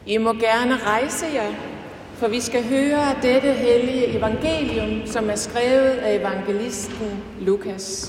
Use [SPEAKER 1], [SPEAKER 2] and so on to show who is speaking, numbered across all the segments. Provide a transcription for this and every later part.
[SPEAKER 1] I må gerne rejse jer, for vi skal høre dette hellige evangelium, som er skrevet af evangelisten Lukas.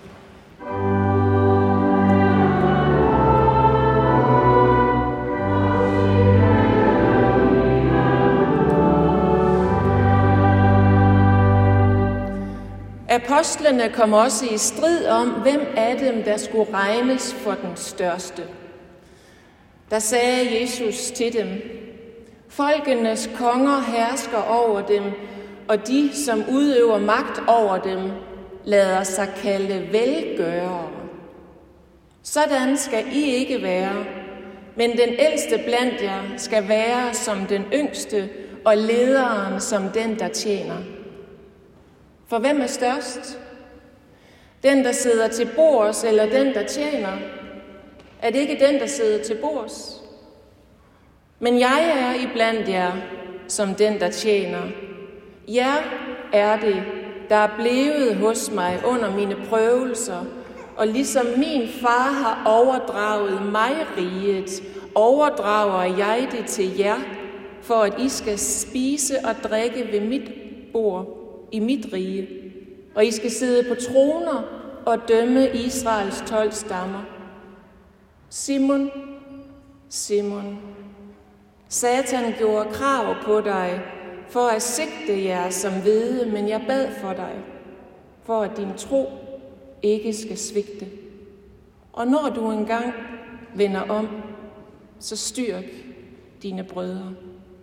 [SPEAKER 1] Apostlene kom også i strid om, hvem af dem, der skulle regnes for den største. Der sagde Jesus til dem: Folkenes konger hersker over dem, og de, som udøver magt over dem, lader sig kalde velgørere. Sådan skal I ikke være, men den ældste blandt jer skal være som den yngste, og lederen som den, der tjener. For hvem er størst? Den, der sidder til bords, eller den, der tjener? Er det ikke den, der sidder til bords? Men jeg er iblandt jer som den, der tjener. Jer er det, der er blevet hos mig under mine prøvelser, og ligesom min far har overdraget mig riget, overdrager jeg det til jer, for at I skal spise og drikke ved mit bord i mit rige, og I skal sidde på troner og dømme Israels 12 stammer. Simon, Simon, Satan gjorde krav på dig, for at sigte jer som hvede, men jeg bad for dig, for at din tro ikke skal svigte. Og når du engang vender om, så styrk dine brødre.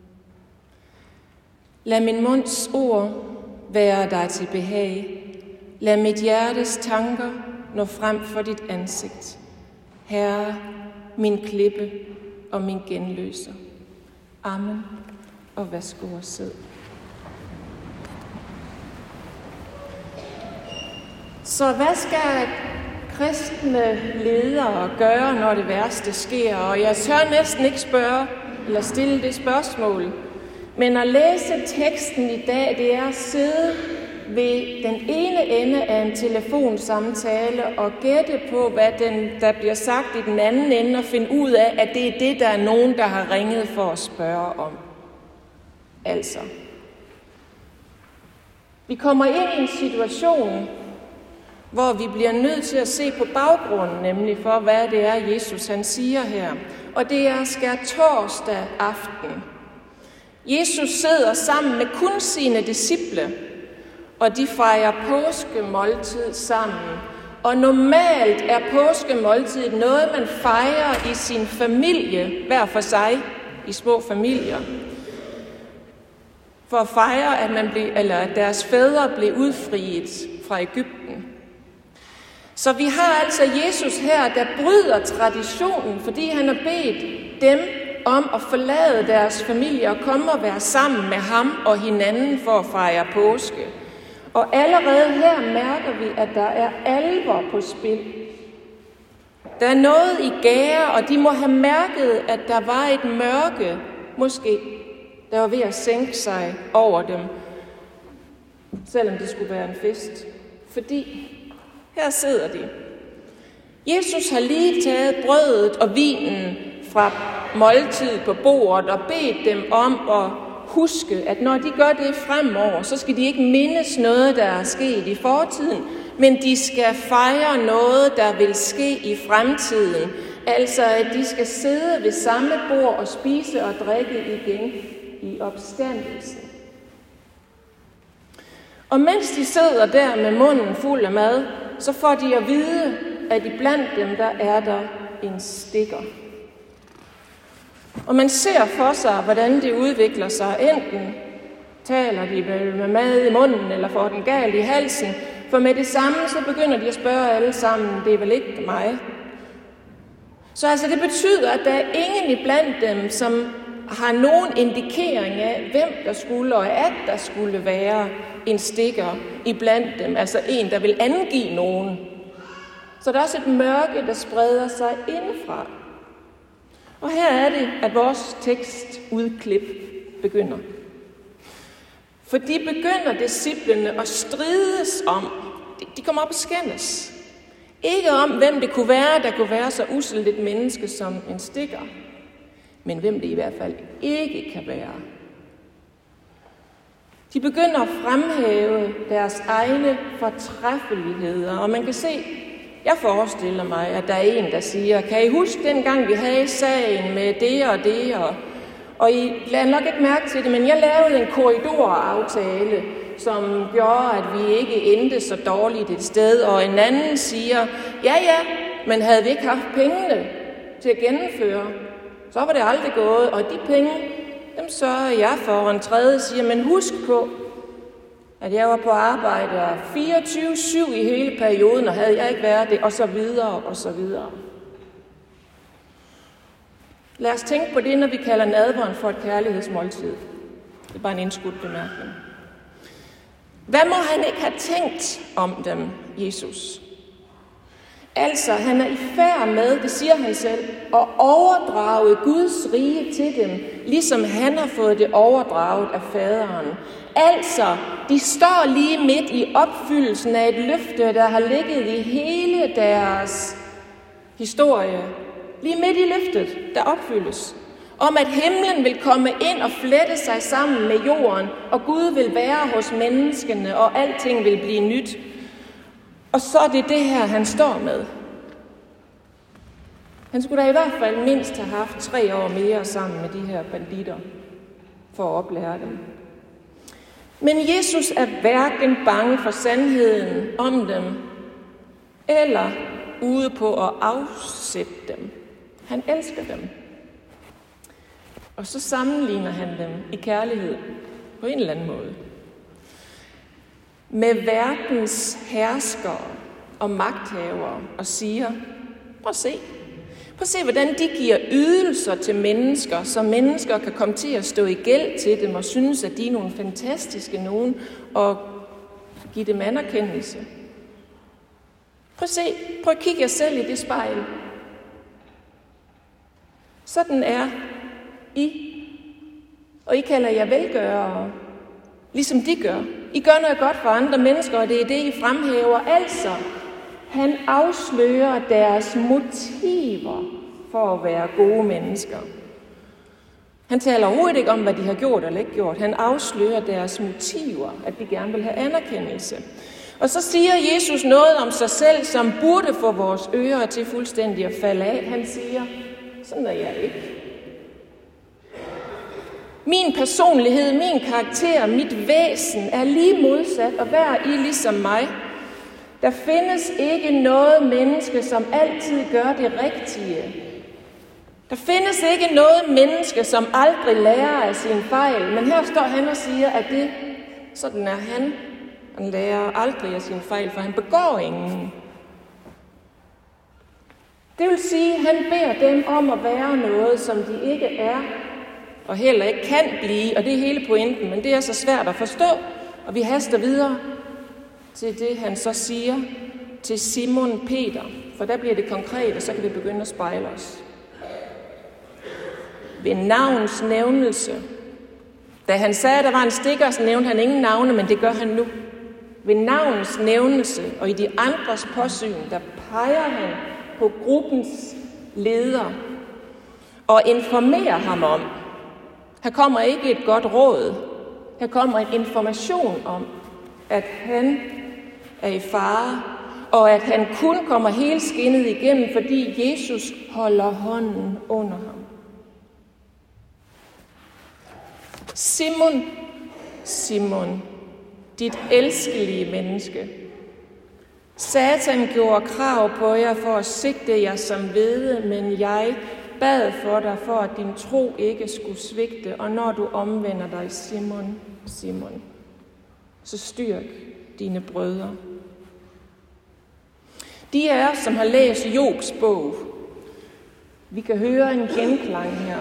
[SPEAKER 1] Lad min munds ord være dig til behag. Lad mit hjertes tanker nå frem for dit ansigt. Herre, min klippe og min genløser. Amen. Og værsgo og sid. Så hvad skal kristne ledere gøre, når det værste sker? Og jeg tør næsten ikke spørge eller stille det spørgsmål. Men at læse teksten i dag, det er at sidde ved den ene ende af en telefonsamtale og gætte på, hvad der bliver sagt i den anden ende, og finde ud af, at det er det, der er nogen, der har ringet for at spørge om. Altså, vi kommer ind i en situation, hvor vi bliver nødt til at se på baggrunden, nemlig for, hvad det er, Jesus han siger her. Og det er skærtorsdag aften. Jesus sidder sammen med kun sine disciple, og de fejrer påskemåltid sammen. Og normalt er påskemåltidet noget, man fejrer i sin familie, hver for sig, i små familier. For at fejre, at deres fædre blev udfriet fra Egypten. Så vi har altså Jesus her, der bryder traditionen, fordi han har bedt dem om at forlade deres familie og komme og være sammen med ham og hinanden for at fejre påske. Og allerede her mærker vi, at der er alvor på spil. Der er noget i gære, og de må have mærket, at der var et mørke, måske, der var ved at sænke sig over dem, selvom det skulle være en fest. Fordi her sidder de. Jesus har lige taget brødet og vinen fra måltid på bordet og bedt dem om at huske, at når de gør det fremover, så skal de ikke mindes noget, der er sket i fortiden, men de skal fejre noget, der vil ske i fremtiden. Altså, at de skal sidde ved samme bord og spise og drikke igen i opstandelsen. Og mens de sidder der med munden fuld af mad, så får de at vide, at iblandt dem, der er der en stikker. Og man ser for sig, hvordan det udvikler sig. Enten taler de med mad i munden, eller får den galt i halsen. For med det samme, så begynder de at spørge alle sammen, det er vel ikke mig? Så altså det betyder, at der er ingen iblandt dem, som har nogen indikering af, hvem der skulle, og at der skulle være en stikker iblandt dem. Altså en, der vil angive nogen. Så der er også et mørke, der spreder sig indefra. Og her er det, at vores tekstudklip begynder. For de begynder disciplene at strides om. De kommer op og skændes. Ikke om, hvem det kunne være, der kunne være så usselt et menneske som en stikker. men hvem det i hvert fald ikke kan være. De begynder at fremhæve deres egne fortræffeligheder, og man kan se, jeg forestiller mig, at der er en, der siger, kan I huske dengang vi havde sagen med det og det, og I lader nok ikke mærke til det, men jeg lavede en korridoraftale, som gjorde, at vi ikke endte så dårligt et sted, og en anden siger, ja, men havde vi ikke haft pengene til at gennemføre, så var det aldrig gået, og de penge, dem sørger jeg for. Og en tredje siger, men husk på, at jeg var på arbejde 24/7 i hele perioden, og havde jeg ikke været det, og så videre, og så videre. Lad os tænke på det, når vi kalder nadveren for et kærlighedsmåltid. Det er bare en indskudt bemærkning. Hvad må han ikke have tænkt om dem, Jesus? Altså, han er i færd med, det siger han selv, at overdrage Guds rige til dem, ligesom han har fået det overdraget af faderen. Altså, de står lige midt i opfyldelsen af et løfte, der har ligget i hele deres historie. Lige midt i løftet, der opfyldes. Om at himlen vil komme ind og flette sig sammen med jorden, og Gud vil være hos menneskene, og alting vil blive nyt. Og så er det her, han står med. Han skulle da i hvert fald mindst have haft 3 år mere sammen med de her banditter, for at oplære dem. Men Jesus er hverken bange for sandheden om dem, eller ude på at afsætte dem. Han elsker dem. Og så sammenligner han dem i kærlighed på en eller anden måde med verdens herskere og magthavere og siger, prøv at se, hvordan de giver ydelser til mennesker, så mennesker kan komme til at stå i gæld til dem og synes, at de er nogle fantastiske nogen, og give dem anerkendelse. Prøv at kigge jer selv i det spejl. Sådan er I, og I kalder jer velgørere, ligesom de gør. I gør noget godt for andre mennesker, og det er det, I fremhæver. Altså, han afslører deres motiver for at være gode mennesker. Han taler overhovedet ikke om, hvad de har gjort eller ikke gjort. Han afslører deres motiver, at de gerne vil have anerkendelse. Og så siger Jesus noget om sig selv, som burde få vores ører til fuldstændig at falde af. Han siger, sådan er jeg ikke. Min personlighed, min karakter, mit væsen er lige modsat, og hver I ligesom mig. Der findes ikke noget menneske, som altid gør det rigtige. Der findes ikke noget menneske, som aldrig lærer af sine fejl. Men her står han og siger, at det, sådan er han. Han lærer aldrig af sine fejl, for han begår ingen. Det vil sige, at han beder dem om at være noget, som de ikke er, og heller ikke kan blive, og det er hele pointen, men det er så svært at forstå, og vi haster videre til det, han så siger til Simon Peter, for der bliver det konkret, og så kan vi begynde at spejle os. Ved navns nævnelse. Da han sagde, at der var en stikker, så nævnte han ingen navne, men det gør han nu. Ved navns nævnelse og i de andres påsyn, der peger han på gruppens leder og informerer ham om, her kommer ikke et godt råd, her kommer en information om, at han er i fare, og at han kun kommer helt skinnet igennem, fordi Jesus holder hånden under ham. Simon, Simon, dit elskelige menneske. Satan gjorde krav på jer for at sigte jer som hvede, men jeg bad for dig, for at din tro ikke skulle svigte, og når du omvender dig, Simon, Simon, så styrk dine brødre. De af os, som har læst Jobs bog, vi kan høre en genklang her.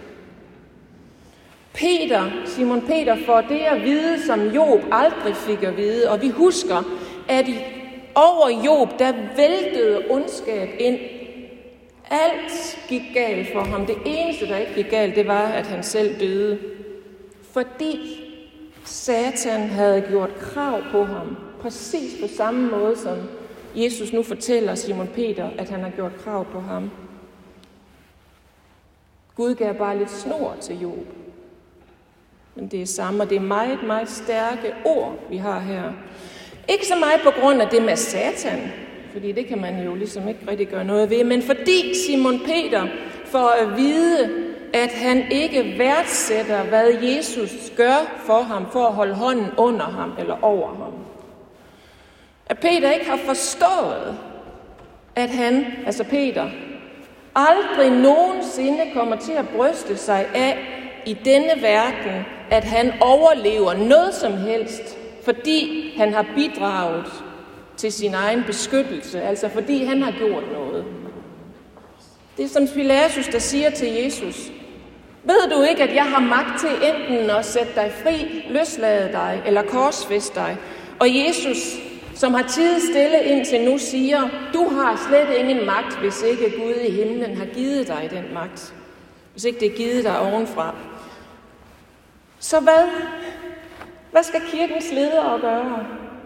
[SPEAKER 1] Simon Peter får det at vide, som Job aldrig fik at vide, og vi husker, at over Job, der væltede ondskab ind. Alt gik galt for ham. Det eneste, der ikke gik galt, det var, at han selv døde. Fordi Satan havde gjort krav på ham, præcis på samme måde, som Jesus nu fortæller Simon Peter, at han har gjort krav på ham. Gud gav bare lidt snor til Job. Men det er samme, og det er meget, meget stærke ord, vi har her. Ikke så meget på grund af det med Satan, fordi det kan man jo ligesom ikke rigtig gøre noget ved, men fordi Simon Peter får at vide, at han ikke værdsætter, hvad Jesus gør for ham, for at holde hånden under ham eller over ham. At Peter ikke har forstået, at han, altså Peter, aldrig nogensinde kommer til at bryste sig af i denne verden, at han overlever noget som helst, fordi han har bidraget til sin egen beskyttelse, altså fordi han har gjort noget. Det er som Pilatus, der siger til Jesus, ved du ikke, at jeg har magt til enten at sætte dig fri, løslade dig eller korsfæste dig? Og Jesus, som har tid stille indtil nu, siger, du har slet ingen magt, hvis ikke Gud i himlen har givet dig den magt. Hvis ikke det er givet dig ovenfra. Så hvad? Hvad skal kirkens ledere gøre?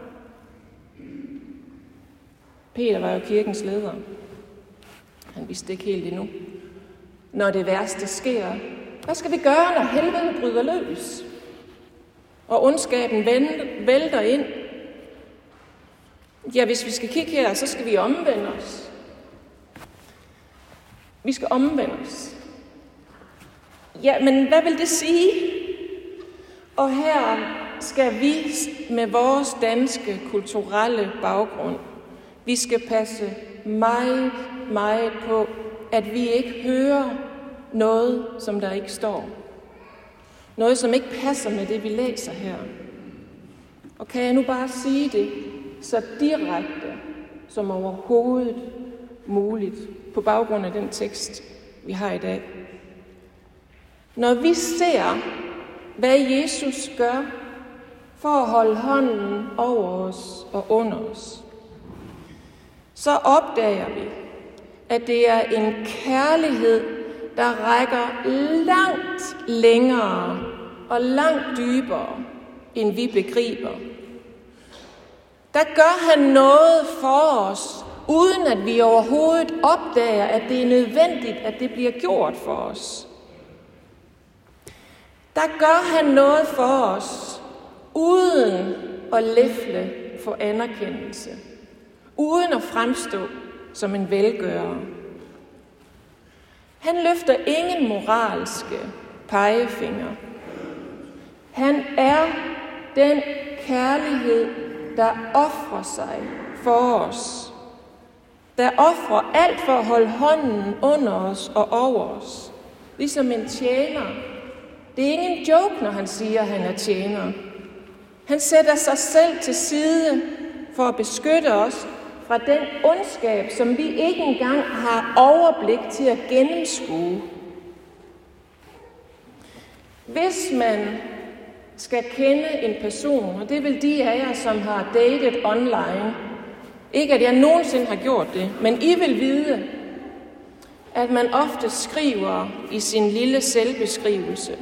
[SPEAKER 1] Peter var jo kirkens leder. Han vidste ikke helt endnu. Når det værste sker, hvad skal vi gøre, når helvede bryder løs? Og ondskaben vælter ind? Ja, hvis vi skal kigge her, så skal vi omvende os. Vi skal omvende os. Ja, men hvad vil det sige? Og her skal vi med vores danske kulturelle baggrund, vi skal passe meget, meget på, at vi ikke hører noget, som der ikke står. Noget, som ikke passer med det, vi læser her. Og kan jeg nu bare sige det så direkte som overhovedet muligt på baggrund af den tekst, vi har i dag. Når vi ser, hvad Jesus gør for at holde hånden over os og under os, så opdager vi, at det er en kærlighed, der rækker langt længere og langt dybere, end vi begriber. Der gør han noget for os, uden at vi overhovedet opdager, at det er nødvendigt, at det bliver gjort for os. Der gør han noget for os, uden at læfle for anerkendelse, uden at fremstå som en velgører. Han løfter ingen moralske pegefinger. Han er den kærlighed, der ofrer sig for os. Der ofrer alt for at holde hånden under os og over os. Ligesom en tjener. Det er ingen joke, når han siger, at han er tjener. Han sætter sig selv til side for at beskytte os fra den ondskab, som vi ikke engang har overblik til at gennemskue. Hvis man skal kende en person, og det vil de af jer, som har datet online, ikke at jeg nogensinde har gjort det, men I vil vide, at man ofte skriver i sin lille selvbeskrivelse.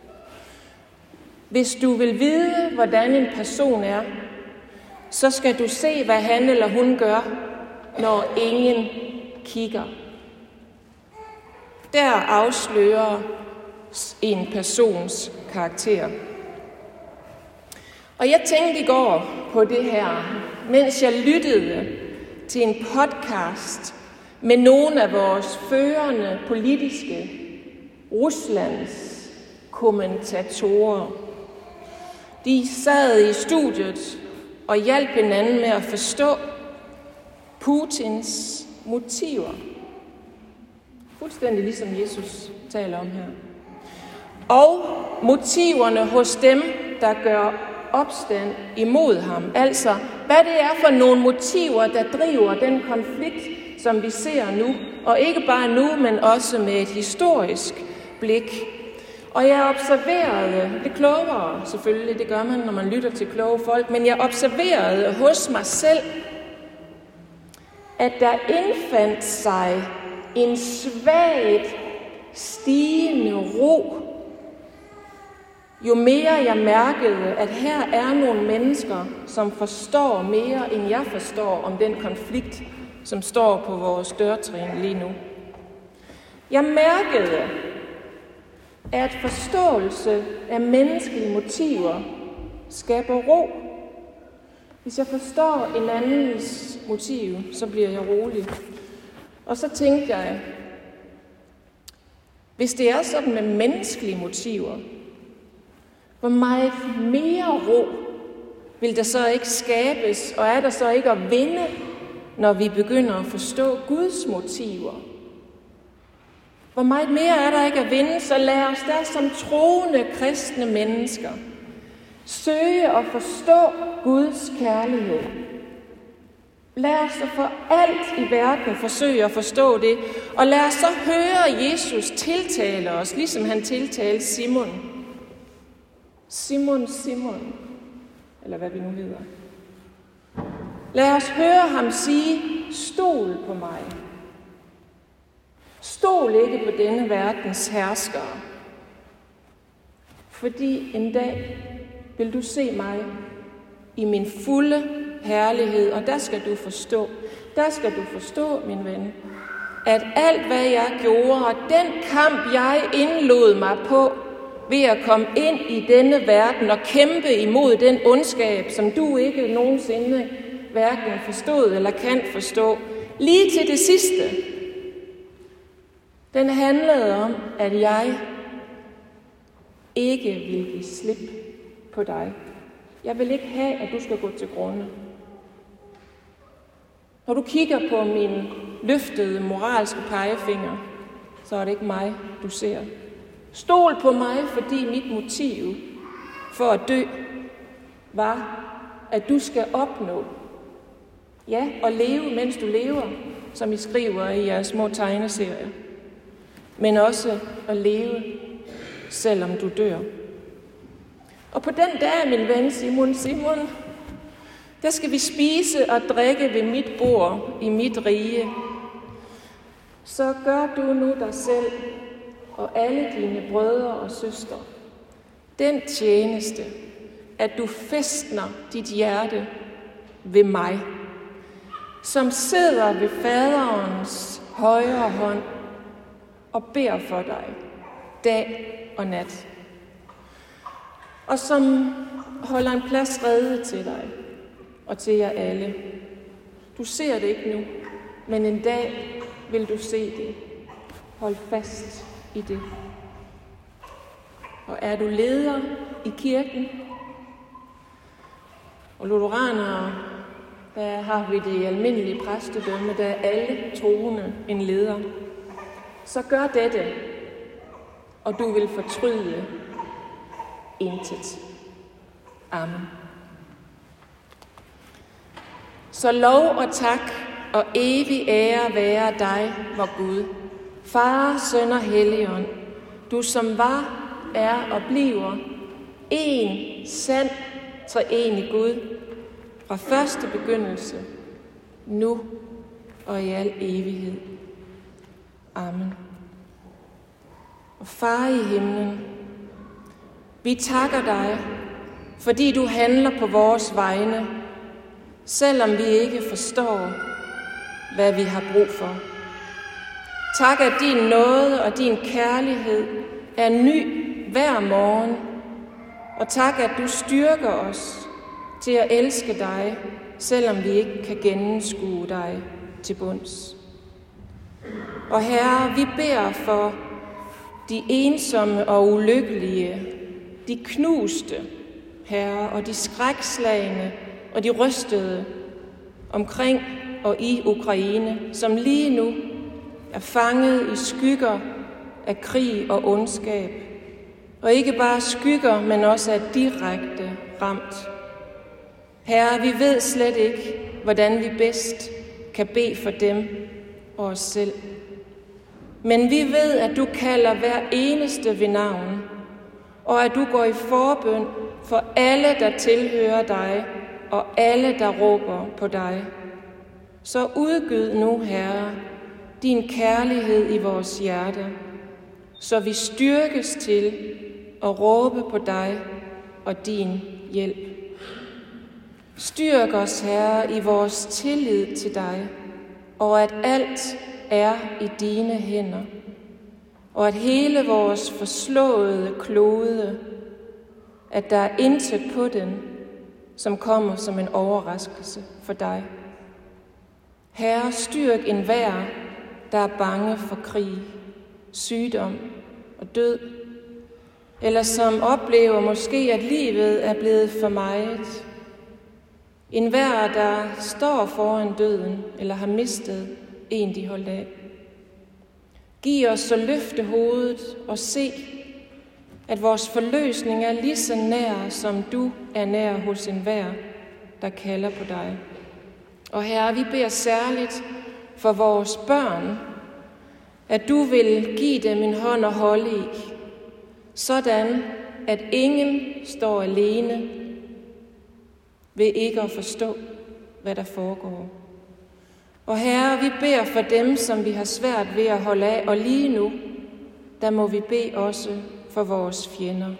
[SPEAKER 1] Hvis du vil vide, hvordan en person er, så skal du se, hvad han eller hun gør, når ingen kigger. Der afslører en persons karakter. Og jeg tænkte i går på det her, mens jeg lyttede til en podcast med nogle af vores førende politiske Ruslands kommentatorer. De sad i studiet og hjalp hinanden med at forstå Putins motiver. Fuldstændig ligesom Jesus taler om her. Og motiverne hos dem, der gør opstand imod ham. Altså, hvad det er for nogle motiver, der driver den konflikt, som vi ser nu. Og ikke bare nu, men også med et historisk blik. Og jeg observerede, det klogere selvfølgelig, det gør man, når man lytter til kloge folk, men jeg observerede hos mig selv, at der indfandt sig en svagt stigende ro, jo mere jeg mærkede, at her er nogle mennesker, som forstår mere, end jeg forstår om den konflikt, som står på vores dørtrin lige nu. Jeg mærkede, at forståelse af menneskelige motiver skaber ro. Hvis jeg forstår en andens motiv, så bliver jeg rolig. Og så tænkte jeg, hvis det er sådan med menneskelige motiver, hvor meget mere ro vil der så ikke skabes, og er der så ikke at vinde, når vi begynder at forstå Guds motiver? Hvor meget mere er der ikke at vinde, så lad os da som troende kristne mennesker søge at forstå Guds kærlighed. Lad os så for alt i verden forsøge at forstå det, og lad os så høre Jesus tiltale os, ligesom han tiltalte Simon. Simon, Simon, eller hvad vi nu hedder. Lad os høre ham sige, stol på mig. Stol ikke på denne verdens herskere, fordi en dag vil du se mig i min fulde herlighed, og der skal du forstå, min ven, at alt hvad jeg gjorde, og den kamp jeg indlod mig på, ved at komme ind i denne verden og kæmpe imod den ondskab, som du ikke nogensinde hverken forstod eller kan forstå, lige til det sidste, den handlede om, at jeg ikke vil give slip på dig. Jeg vil ikke have, at du skal gå til grunde. Når du kigger på min løftede moralske pegefinger, så er det ikke mig, du ser. Stol på mig, fordi mit motiv for at dø var, at du skal opnå, ja, og leve, mens du lever, som I skriver i jeres små tegneserier, men også at leve, selvom du dør. Og på den dag, min ven Simon, der skal vi spise og drikke ved mit bord i mit rige. Så gør du nu dig selv og alle dine brødre og søstre den tjeneste, at du fæstner dit hjerte ved mig, som sidder ved faderens højre hånd og beder for dig dag og nat, og som holder en plads rede til dig og til jer alle. Du ser det ikke nu, men en dag vil du se det. Hold fast i det. Og er du leder i kirken, og lutheranere, der har vi det almindelige præstedømme, der er alle troende en leder, så gør dette, og du vil fortryde intet. Amen. Så lov og tak og evig ære være dig, vor Gud, Far, Søn og Helligånd, du som var, er og bliver en sand treenig Gud, fra første begyndelse, nu og i al evighed. Amen. Og Far i himlen, vi takker dig, fordi du handler på vores vegne, selvom vi ikke forstår, hvad vi har brug for. Tak, at din nåde og din kærlighed er ny hver morgen, og tak, at du styrker os til at elske dig, selvom vi ikke kan gennemskue dig til bunds. Og Herre, vi beder for de ensomme og ulykkelige, de knuste, Herre, og de skrækslagne og de rystede omkring og i Ukraine, som lige nu er fanget i skygger af krig og ondskab. Og ikke bare skygger, men også er direkte ramt. Herre, vi ved slet ikke, hvordan vi bedst kan bede for dem og os selv. Men vi ved, at du kalder hver eneste ved navn, og at du går i forbøn for alle, der tilhører dig, og alle, der råber på dig. Så udgyd nu, Herre, din kærlighed i vores hjerte, så vi styrkes til at råbe på dig og din hjælp. Styrk os, Herre, i vores tillid til dig, og at alt er i dine hænder. og at hele vores forslåede klode, at der er intet på den, som kommer som en overraskelse for dig. Herre, styrk enhver, der er bange for krig, sygdom og død, eller som oplever måske, at livet er blevet for meget. Enhver, der står foran døden, eller har mistet en, de holdt af. Giv os at løfte hovedet og se, at vores forløsning er lige så nær, som du er nær hos enhver, der kalder på dig. Og Herre, vi beder særligt for vores børn, at du vil give dem en hånd at holde i, sådan at ingen står alene ved ikke at forstå, hvad der foregår. Og Herre, vi beder for dem, som vi har svært ved at holde af, og lige nu, der må vi bede også for vores fjender.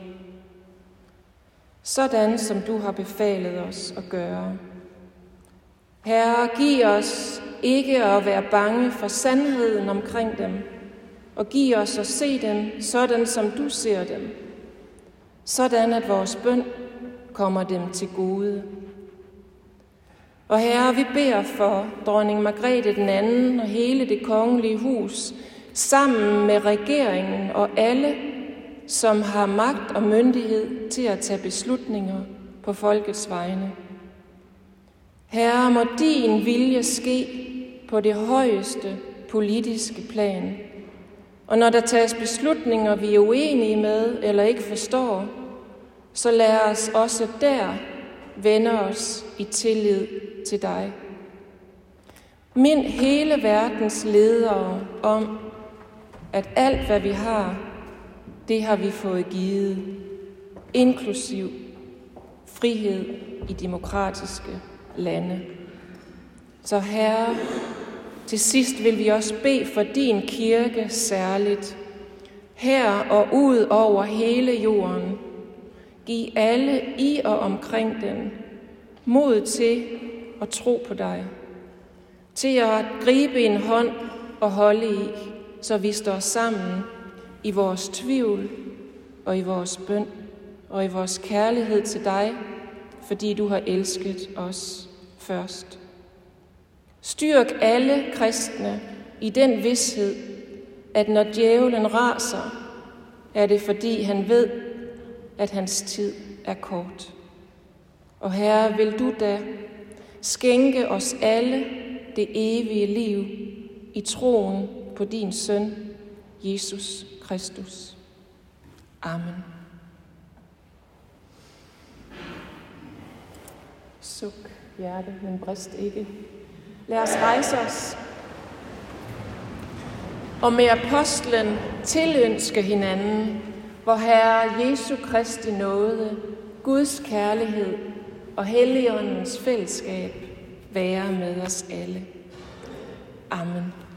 [SPEAKER 1] Sådan som du har befalet os at gøre. Herre, giv os ikke at være bange for sandheden omkring dem, og giv os at se dem sådan, som du ser dem. Sådan, at vores bøn kommer dem til gode. Og Herre, vi beder for dronning Margrethe den anden og hele det kongelige hus, sammen med regeringen og alle, som har magt og myndighed til at tage beslutninger på folkets vegne. Herre, må din vilje ske på det højeste politiske plan. Og når der tages beslutninger, vi er uenige med eller ikke forstår, så lad os også der vende os i tillid til dig. Mind hele verdens ledere om, at alt, hvad vi har, det har vi fået givet, inklusiv frihed i demokratiske lande. Så Herre, til sidst vil vi også bede for din kirke særligt, her og ud over hele jorden. Giv alle i og omkring den mod til at tro på dig, til at gribe en hånd og holde i, så vi står sammen i vores tvivl og i vores bøn og i vores kærlighed til dig, fordi du har elsket os først. Styrk alle kristne i den vished, at når djævlen raser, er det fordi han ved, at hans tid er kort. Og Herre, vil du da skænke os alle det evige liv i troen på din søn, Jesus Kristus. Amen. Suk, hjerte, men brist ikke. Lad os rejse os og med apostlen tilønske hinanden, hvor Herre Jesu Kristi nåde, Guds kærlighed og Helligåndens fællesskab være med os alle. Amen.